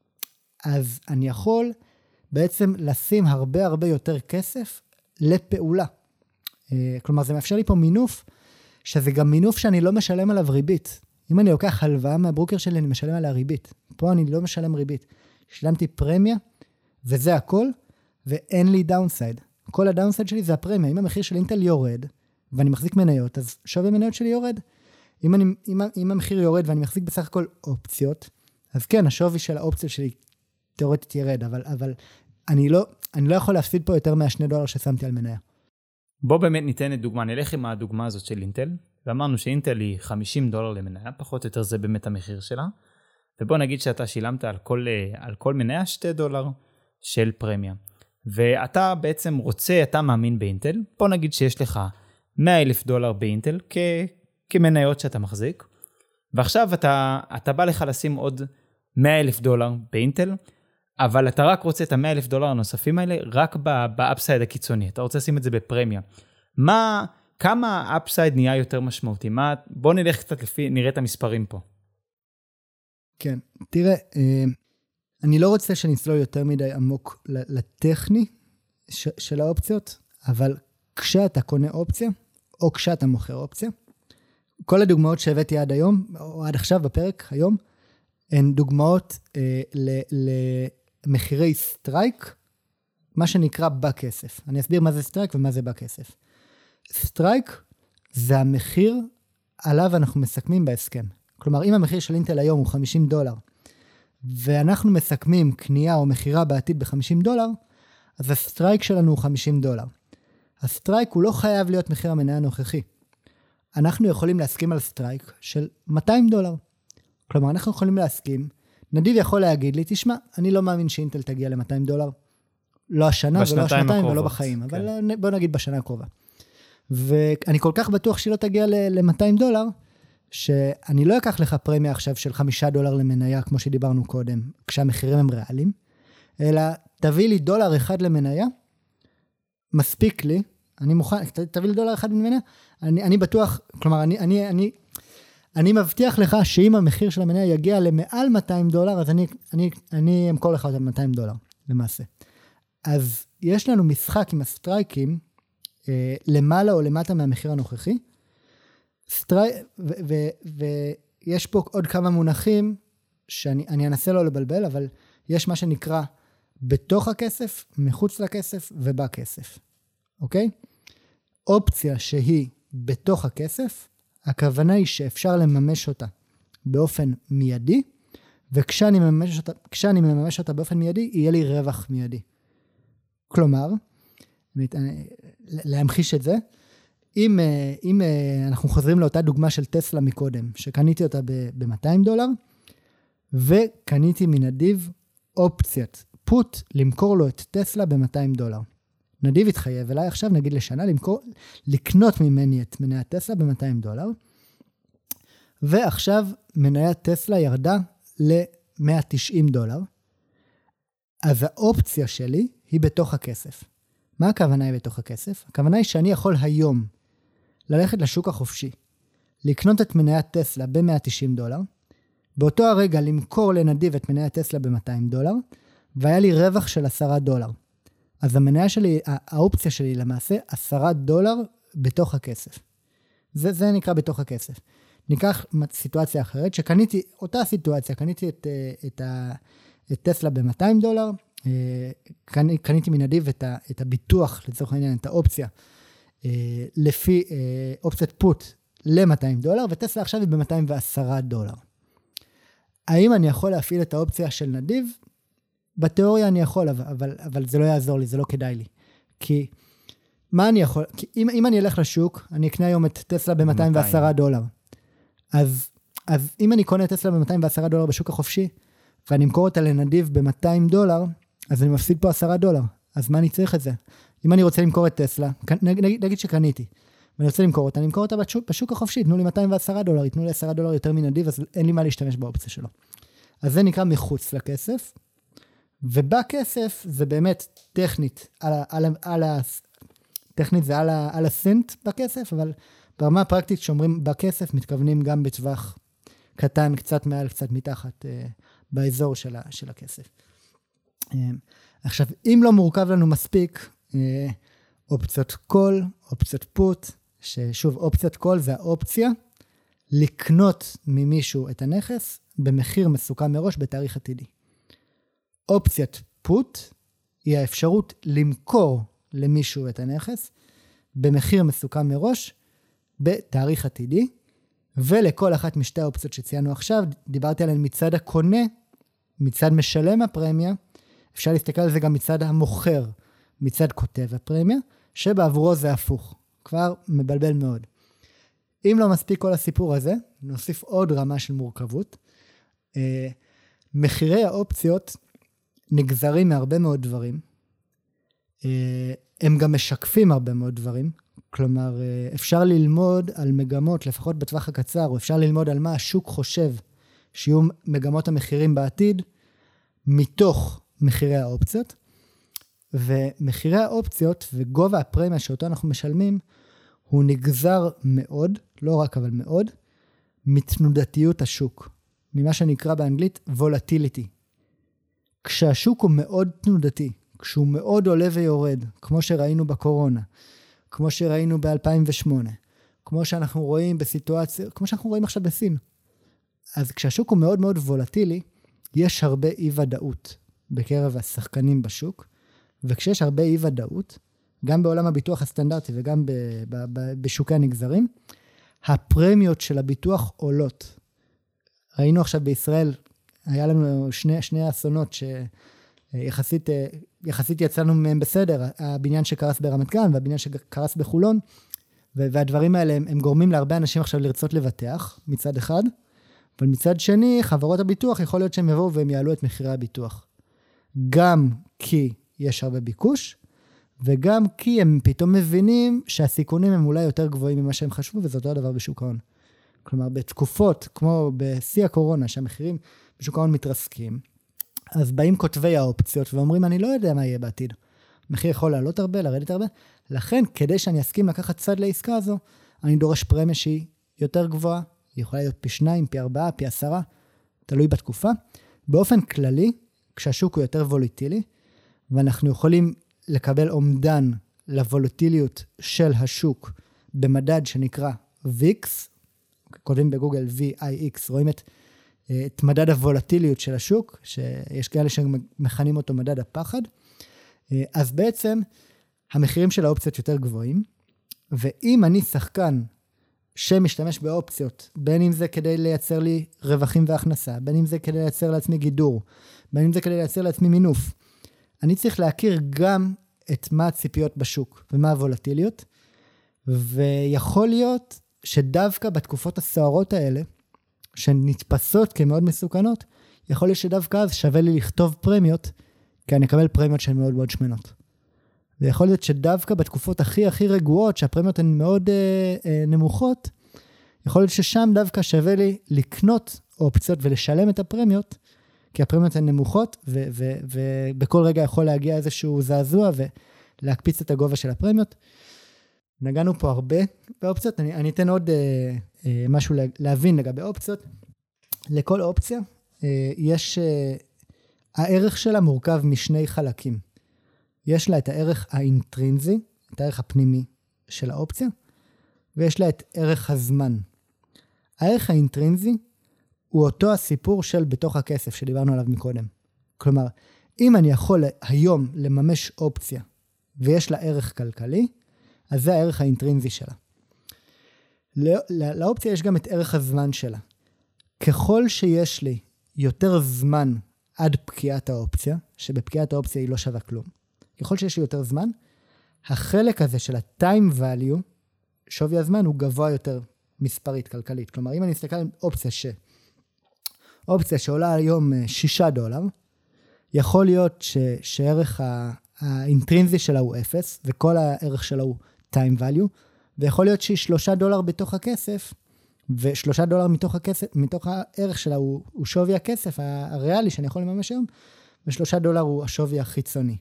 אז אני יכול בעצם לשים הרבה הרבה יותר כסף לפעולה. כלומר, זה מאפשר לי פה מינוף, שזה גם מינוף שאני לא משלם עליו ריבית. אם אני לוקח הלוואה מהברוקר שלי, אני משלם עליה ריבית. פה אני לא משלם ריבית. שלמתי פרמיה, וזה הכל, ואין לי דאונסייד. כל הדאונסייד שלי זה הפרמיה. אם המחיר של אינטל יורד, ואני מחזיק מניות, אז שווי מניות שלי יורד. אם, אני, אם, אם המחיר יורד ואני מחזיק בסך הכל אופציות, אז כן, השווי של האופציות שלי תיאורטית ירד, אבל, אבל אני לא, אני לא יכול להפסיד פה יותר מהשני דולר ששמתי על מניה. בוא באמת ניתן את דוגמה, נלך עם הדוגמה הזאת של אינטל, ואמרנו שאינטל היא חמישים דולר למניה, פחות או יותר זה באמת המחיר שלה, ובוא נגיד שאתה שילמת על כל, על כל מניה שתי דולר של פרמיה, ואתה בעצם רוצה, אתה מאמין באינטל, בוא נגיד שיש לך מאה אלף דולר באינטל כ, כמניות שאתה מחזיק, ועכשיו אתה, אתה בא לך לשים עוד מאה אלף דולר באינטל, אבל אתה רק רוצה את ה-מאה אלף דולר הנוספים האלה, רק באפסייד הקיצוני, אתה רוצה לשים את זה בפרמיה. מה, כמה האפסייד נהיה יותר משמעותי? מה, בוא נלך קצת לפי, נראה את המספרים פה. כן, תראה, אני לא רוצה שנסלול יותר מדי עמוק לטכני של האופציות, אבל כשאתה קונה אופציה, או כשאתה מוכר אופציה, כל הדוגמאות שהבאתי עד היום, או עד עכשיו בפרק היום, הן דוגמאות אה, למחירי סטרייק, מה שנקרא בכסף. אני אסביר מה זה סטרייק ומה זה בכסף. סטרייק זה המחיר עליו אנחנו מסכמים בהסכם. כלומר, אם המחיר של אינטל היום הוא חמישים דולר, ואנחנו מסכמים קנייה או מחירה בעתיד ב-חמישים דולר, אז הסטרייק שלנו הוא חמישים דולר. הסטרייק הוא לא חייב להיות מחיר המניה הנוכחי. אנחנו יכולים להסכים על סטרייק של מאתיים דולר. כלומר, אנחנו יכולים להסכים, נדיב יכול להגיד לי, תשמע, אני לא מאמין שאינטל תגיע ל-מאתיים דולר, לא השנה ולא השנתיים ולא בחיים, כן. אבל בוא נגיד בשנה הקרובה. ואני כל כך בטוח שהיא לא תגיע ל-מאתיים דולר, שאני לא אקח לך פרמיה עכשיו של חמישה דולר למניה, כמו שדיברנו קודם, כשהמחירים הם ריאליים, אלא תביא לי דולר אחד למניה, מספיק לי, אני מוכן, תביא לי דולר אחד למניה, אני, אני בטוח, כלומר, אני, אני, אני, אני מבטיח לך שאם המחיר של המניה יגיע למעל מאתיים דולר, אז אני, אני, אני אמכור לך אותה מאתיים דולר, למעשה. אז יש לנו משחק עם הסטרייקים, אה, למעלה או למטה מהמחיר הנוכחי, סטרי... ו- ו- ויש פה עוד כמה מונחים שאני אני אנסה לא לבלבל, אבל יש מה שנקרא בתוך הכסף, מחוץ לכסף ובכסף. אוקיי? אופציה שהיא בתוך הכסף, הכוונה היא שאפשר לממש אותה באופן מיידי, וכשאני מממש אותה, כשאני מממש אותה באופן מיידי, יהיה לי רווח מיידי. כלומר, להמחיש את זה, אם, אם אנחנו חוזרים לאותה דוגמה של טסלה מקודם, שקניתי אותה ב-מאתיים דולר, וקניתי מנדיב אופציית פוט למכור לו את טסלה ב-מאתיים דולר. נדיב התחייב אליי עכשיו, נגיד לשנה, למכור, לקנות ממני את מניית טסלה ב-מאתיים דולר, ועכשיו מניית טסלה ירדה ל-מאה ותשעים דולר, אז האופציה שלי היא בתוך הכסף. מה הכוונה היא בתוך הכסף? הכוונה היא שאני יכול היום ללכת לשוק החופשי, לקנות את מניית טסלה ב-מאה ותשעים דולר, באותו הרגע למכור לנדיב את מניית טסלה ב-מאתיים דולר, והיה לי רווח של עשרה דולר. אז המניה שלי, האופציה שלי למעשה, עשרה דולר בתוך הכסף. זה, זה נקרא בתוך הכסף. ניקח סיטואציה אחרת, שקניתי, אותה סיטואציה, קניתי את, את, את טסלה ב-מאתיים דולר, קניתי מנדיב את, את הביטוח, לצורך העניין, את האופציה, לפי אופציית פוט ל-מאתיים דולר, וטסלה עכשיו היא ב-מאתיים ועשרה דולר. האם אני יכול להפעיל את האופציה של נדיב? בתיאוריה אני יכול, אבל, אבל זה לא יעזור לי, זה לא כדאי לי. כי מה אני יכול, כי אם, אם אני אלך לשוק, אני אקנה היום את טסלה ב-מאתיים ועשרה דולר. אז, אז אם אני קונה את טסלה ב-מאתיים ועשרה דולר בשוק החופשי, ואני אמכור אותה לנדיב ב-מאתיים דולר, אז אני מפסיד פה עשרה דולר. אז מה אני צריך את זה? אם אני רוצה למכור את טסלה, נגיד, נגיד שקניתי, ואני רוצה למכור אותה, אני אמכור אותה בשוק, בשוק החופשי, תנו לי מאתיים ועשרה דולר, יתנו לי עשרה דולר יותר מנדיב, אז אין לי מה להשתמש באופציה שלו. אז זה נקרא מחוץ לכסף, ובכסף זה באמת טכנית, על ה, על ה, על ה, טכנית זה על, ה, על הסנט בכסף, אבל ברמה הפרקטית שאומרים בכסף, מתכוונים גם בטווח קטן, קצת מעל, קצת מתחת, אה, באזור של, ה, של הכסף. אה, עכשיו, אם לא מורכב לנו מספיק, אה, אופציות קול, אופציות פוט, ששוב, אופציית קול זה האופציה לקנות ממישהו את הנכס במחיר מסוכם מראש בתאריך עתידי. אופציית פוט היא האפשרות למכור למישהו את הנכס במחיר מסוכם מראש בתאריך עתידי, ולכל אחת משתי האופציות שציינו עכשיו, דיברתי עליהן מצד הקונה, מצד משלם הפרמיה, אפשר להסתכל על זה גם מצד המוכר, מצד כותב הפרמיה, שבעבורו זה הפוך, כבר מבלבל מאוד. אם לא מספיק כל הסיפור הזה, נוסיף עוד רמה של מורכבות. אה, מחירי האופציות נגזרים מהרבה מאוד דברים, אה, הם גם משקפים הרבה מאוד דברים, כלומר, אה, אפשר ללמוד על מגמות, לפחות בטווח הקצר, או אפשר ללמוד על מה השוק חושב שיהיו מגמות המחירים בעתיד, מתוך מחירי האופציות, ומחירי האופציות וגובה הפרמיה שאותו אנחנו משלמים, הוא נגזר מאוד, לא רק אבל מאוד, מתנודתיות השוק, ממה שנקרא באנגלית volatility. כשהשוק הוא מאוד תנודתי, כשהוא מאוד עולה ויורד, כמו שראינו בקורונה, כמו שראינו ב-אלפיים ושמונה, כמו שאנחנו רואים בסיטואציה, כמו שאנחנו רואים עכשיו בסין. אז כשהשוק הוא מאוד מאוד וולטילי, יש הרבה אי ודאות בקרב השחקנים בשוק, וכשיש הרבה אי ודאות, גם בעולם הביטוח הסטנדרטי וגם ב- ב- ב- בשוקי הנגזרים, הפרמיות של הביטוח עולות. ראינו עכשיו בישראל, היה לנו שני, שני אסונות שיחסית יחסית יצאנו מהם בסדר, הבניין שקרס ברמת גן והבניין שקרס בחולון, והדברים האלה הם, הם גורמים להרבה אנשים עכשיו לרצות לבטח מצד אחד, אבל מצד שני, חברות הביטוח יכול להיות שהם יבואו והם יעלו את מחירי הביטוח. גם כי יש הרבה ביקוש, וגם כי הם פתאום מבינים שהסיכונים הם אולי יותר גבוהים ממה שהם חשבו, וזה אותו הדבר בשוק ההון. כלומר, בתקופות כמו בשיא הקורונה, שהמחירים בשוק ההון מתרסקים, אז באים כותבי האופציות ואומרים, אני לא יודע מה יהיה בעתיד. המחיר יכול לעלות הרבה, לרדת הרבה. לכן, כדי שאני אסכים לקחת צד לעסקה הזו, אני דורש פרמיה שהיא יותר גבוהה, היא יכולה להיות פי שניים, פי ארבעה, פי עשרה, תלוי בתקופה. באופן כללי, כשהשוק הוא יותר וולטילי, ואנחנו יכולים לקבל אומדן לוולטיליות של השוק במדד שנקרא ויקס, כותבים בגוגל וי איי אקס, רואים את את מדד הוולטיליות של השוק, שיש כאלה שמכנים אותו מדד הפחד, אז בעצם המחירים של האופציות יותר גבוהים, ואם אני שחקן שמשתמש באופציות, בין אם זה כדי לייצר לי רווחים והכנסה, בין אם זה כדי לייצר לעצמי גידור, בין אם זה כדי לייצר לעצמי מינוף, אני צריך להכיר גם את מה הציפיות בשוק ומה הוולטיליות, ויכול להיות שדווקא בתקופות הסוערות האלה, שנתפסות כמאוד מסוכנות, יכול להיות שדווקא אז שווה לי לכתוב פרמיות, כי אני אקבל פרמיות שהן מאוד מאוד שמנות. ויכול להיות שדווקא בתקופות הכי הכי רגועות, שהפרמיות הן מאוד אה, אה, נמוכות, יכול להיות ששם דווקא שווה לי לקנות אופציות ולשלם את הפרמיות, כי הפרמיות הן נמוכות, ו- ו- ובכל רגע יכול להגיע איזשהו זעזוע, ולהקפיץ את הגובה של הפרמיות. נגענו פה הרבה באופציות, אני, אני אתן עוד אה, אה, משהו להבין לגבי אופציות. לכל אופציה, אה, יש, אה, הערך שלה מורכב משני חלקים. יש לה את הערך האינטרינזי, את הערך הפנימי של האופציה, ויש לה את ערך הזמן. הערך האינטרינזי הוא אותו הסיפור של בתוך הכסף שדיברנו עליו מקודם. כלומר, אם אני יכול היום לממש אופציה, ויש לה ערך כלכלי, אז זה הערך האינטרינזי שלה. לא, לאופציה יש גם את ערך הזמן שלה. ככל שיש לי יותר זמן עד פקיעת האופציה, שבפקיעת האופציה היא לא שווה כלום, ככל שיש לי יותר זמן, החלק הזה של ה-time value, שווי הזמן, הוא גבוה יותר מספרית, כלכלית. כלומר, אם אני אסתכל על אופציה ש... אופציה שעולה היום שישה דולר, יכול להיות ש... שערך ה... האינטרינזי שלה הוא אפס, וכל הערך שלה הוא time value, ויכול להיות שהיא שלושה דולר בתוך הכסף, ושלושה דולר מתוך הכסף, מתוך הערך שלה הוא, הוא שווי הכסף הריאלי שאני יכול לממש היום, ושלושה דולר הוא השווי החיצוני.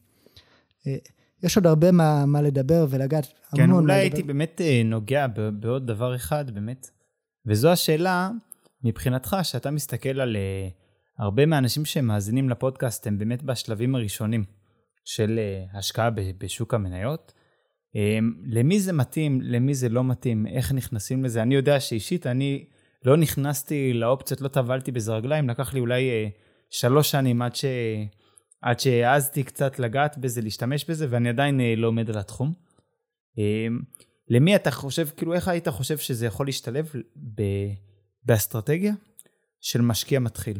יש עוד הרבה מה, מה לדבר ולגעת כן, המון. אולי לדבר. הייתי באמת נוגע בעוד דבר אחד, באמת, וזו השאלה, מבחינתך, שאתה מסתכל על הרבה מהאנשים שמאזינים לפודקאסט, הם באמת בשלבים הראשונים של השקעה בשוק המניות. למי זה מתאים, למי זה לא מתאים, איך נכנסים לזה? אני יודע שאישית, אני לא נכנסתי לאופציות, לא טבלתי בזה רגליים, לקח לי אולי שלוש שנים עד ש... עד שהעזתי קצת לגעת בזה, להשתמש בזה, ואני עדיין לא עומד על התחום. למי אתה חושב, כאילו איך היית חושב שזה יכול להשתלב ב... באסטרטגיה של משקיע מתחיל?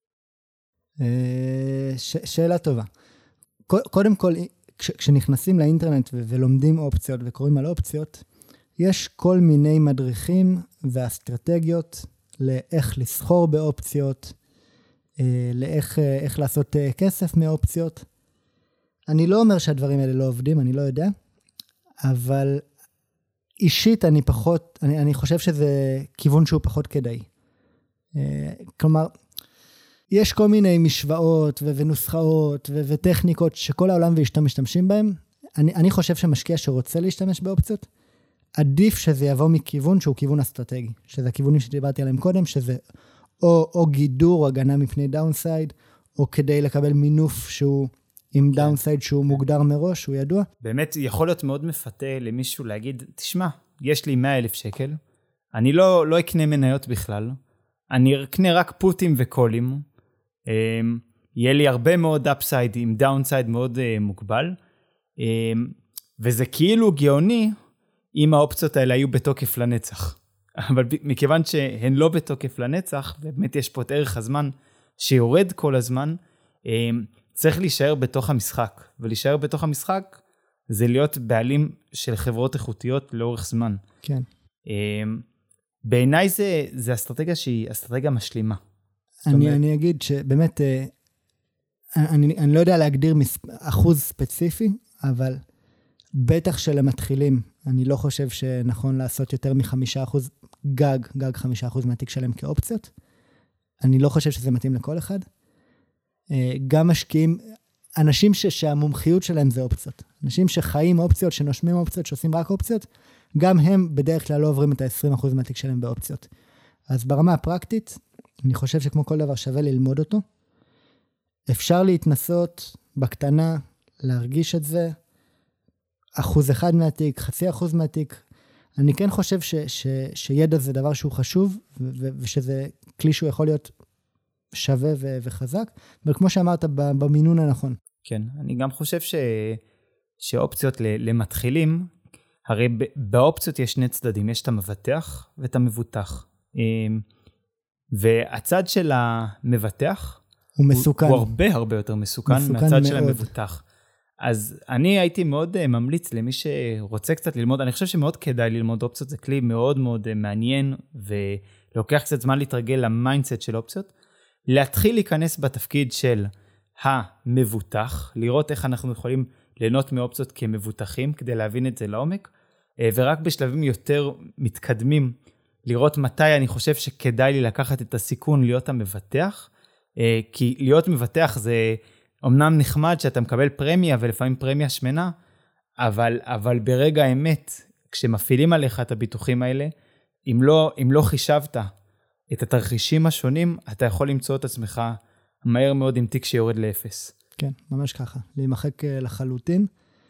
ש... שאלה טובה. קודם כל, כש... כשנכנסים לאינטרנט ו... ולומדים אופציות וקוראים על אופציות, יש כל מיני מדריכים ואסטרטגיות לאיך לסחור באופציות, לאיך איך לעשות כסף מאופציות. אני לא אומר שהדברים האלה לא עובדים, אני לא יודע, אבל אישית אני פחות, אני, אני חושב שזה כיוון שהוא פחות כדאי. כלומר, יש כל מיני משוואות ו- ונוסחאות ו- וטכניקות שכל העולם משתמשים בהם. אני, אני חושב שמשקיע שרוצה להשתמש באופציות, עדיף שזה יבוא מכיוון שהוא כיוון אסטרטגי, שזה הכיוונים שדיברתי עליהם קודם, שזה או, או גידור, הגנה מפני דאונסייד, או כדי לקבל מינוף שהוא עם דאונסייד שהוא מוגדר מראש, הוא ידוע. באמת יכול להיות מאוד מפתה למישהו להגיד, תשמע, יש לי מאה אלף שקל, אני לא, לא אקנה מניות בכלל, אני אקנה רק פוטים וקולים, יהיה לי הרבה מאוד אפסייד עם דאונסייד מאוד מוגבל, וזה כאילו גאוני אם האופציות האלה היו בתוקף לנצח. אבל מכיוון שהן לא בתוקף לנצח, ובאמת יש פה את ערך הזמן שיורד כל הזמן, צריך להישאר בתוך המשחק. ולהישאר בתוך המשחק זה להיות בעלים של חברות איכותיות לאורך זמן. כן. בעיניי זה, זה אסטרטגיה שהיא אסטרטגיה משלימה. אני, אומרת... אני אגיד שבאמת, אני, אני לא יודע להגדיר אחוז ספציפי, אבל בטח שלמתחילים, אני לא חושב שנכון לעשות יותר מחמישה אחוז גג, גג חמישה אחוז מהתיק שלהם כאופציות. אני לא חושב שזה מתאים לכל אחד. גם משקיעים, אנשים ש, שהמומחיות שלהם זה אופציות. אנשים שחיים אופציות, שנושמים אופציות, שעושים רק אופציות, גם הם בדרך כלל לא עוברים את ה-עשרים אחוז מהתיק שלהם באופציות. אז ברמה הפרקטית, אני חושב שכמו כל דבר שווה ללמוד אותו. אפשר להתנסות בקטנה, להרגיש את זה, אחוז אחד מהתיק, חצי אחוז מהתיק. אני כן חושב ש, ש, שידע זה דבר שהוא חשוב, ו, ושזה כלי שהוא יכול להיות שווה ו- וחזק, אבל כמו שאמרת, במינון הנכון. כן, אני גם חושב ש... שאופציות למתחילים, הרי באופציות יש שני צדדים, יש את המבטח ואת המבוטח. והצד של המבטח, הוא מסוכן. הוא הרבה הרבה יותר מסוכן, מסוכן מהצד מאוד. של המבוטח. אז אני הייתי מאוד ממליץ למי שרוצה קצת ללמוד, אני חושב שמאוד כדאי ללמוד אופציות, זה כלי מאוד מאוד מעניין, ולוקח קצת זמן להתרגל למיינדסט של אופציות, להתחיל להיכנס בתפקיד של המבוטח, לראות איך אנחנו יכולים ליהנות מאופציות כמבוטחים, כדי להבין את זה לעומק, ורק בשלבים יותר מתקדמים, לראות מתי אני חושב שכדאי לי לקחת את הסיכון להיות המבטח, כי להיות מבטח זה אמנם נחמד שאתה מקבל פרמיה, ולפעמים פרמיה שמנה, אבל, אבל ברגע האמת, כשמפעילים עליך את הביטוחים האלה, אם לא, אם לא חישבת את התרחישים השונים, אתה יכול למצוא את עצמך מהר מאוד עם תיק שיורד לאפס. כן, ממש ככה, להימחק לחלוטין.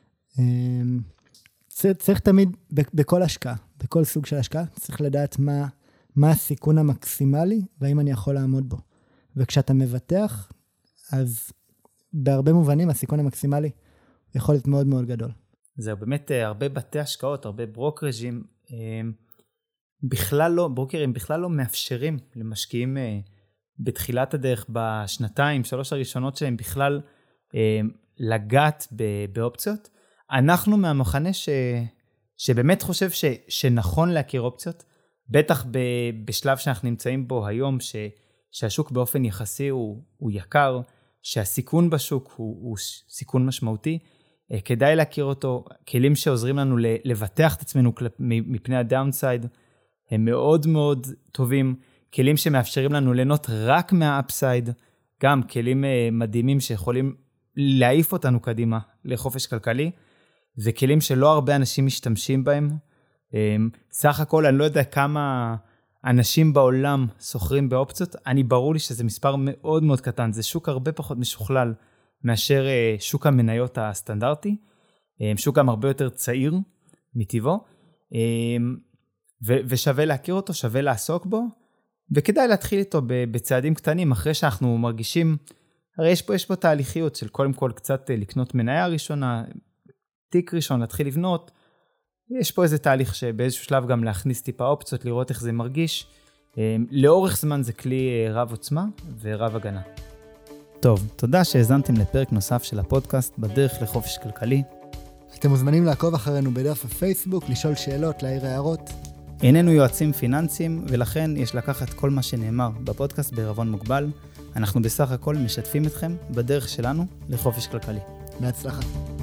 צריך תמיד, בכל השקעה, בכל סוג של השקעה, צריך לדעת מה, מה הסיכון המקסימלי, והאם אני יכול לעמוד בו. וכשאתה מבטח, אז בהרבה מובנים, הסיכון המקסימלי יכול להיות מאוד מאוד גדול. זהו, באמת הרבה בתי השקעות, הרבה ברוקרג'ים, בכלל לא, ברוקרים בכלל לא מאפשרים למשקיעים בתחילת הדרך, בשנתיים, שלוש הראשונות שלהם בכלל לגעת באופציות. אנחנו מהמחנה ש, שבאמת חושב ש, שנכון להכיר אופציות, בטח ב, בשלב שאנחנו נמצאים בו היום, ש, שהשוק באופן יחסי הוא, הוא יקר, שהסיכון בשוק הוא, הוא סיכון משמעותי, כדאי להכיר אותו, כלים שעוזרים לנו לבטח את עצמנו מפני הדאונסייד, הם מאוד מאוד טובים, כלים שמאפשרים לנו ליהנות רק מהאפסייד, גם כלים מדהימים שיכולים להעיף אותנו קדימה לחופש כלכלי, וכלים שלא הרבה אנשים משתמשים בהם. סך הכל אני לא יודע כמה אנשים בעולם סוחרים באופציות, אני ברור לי שזה מספר מאוד מאוד קטן, זה שוק הרבה פחות משוכלל מאשר שוק המניות הסטנדרטי, שוק גם הרבה יותר צעיר מטבעו, ו- ושווה להכיר אותו, שווה לעסוק בו, וכדאי להתחיל איתו בצעדים קטנים, אחרי שאנחנו מרגישים, הרי יש פה, יש פה תהליכיות של קודם כל קצת לקנות מניה ראשונה, תיק ראשון, להתחיל לבנות, יש פה איזה תהליך שבאיזשהו שלב גם להכניס טיפה אופציות, לראות איך זה מרגיש, לאורך זמן זה כלי רב עוצמה ורב הגנה. טוב, תודה שהזנתם לפרק נוסף של הפודקאסט בדרך לחופש כלכלי. אתם מוזמנים לעקוב אחרינו בדף הפייסבוק, לשאול שאלות, להעיר הערות. איננו יועצים פיננסיים, ולכן יש לקחת כל מה שנאמר בפודקאסט בערבון מוגבל. אנחנו בסך הכל משתפים אתכם בדרך שלנו לחופש כלכלי. בהצלחה.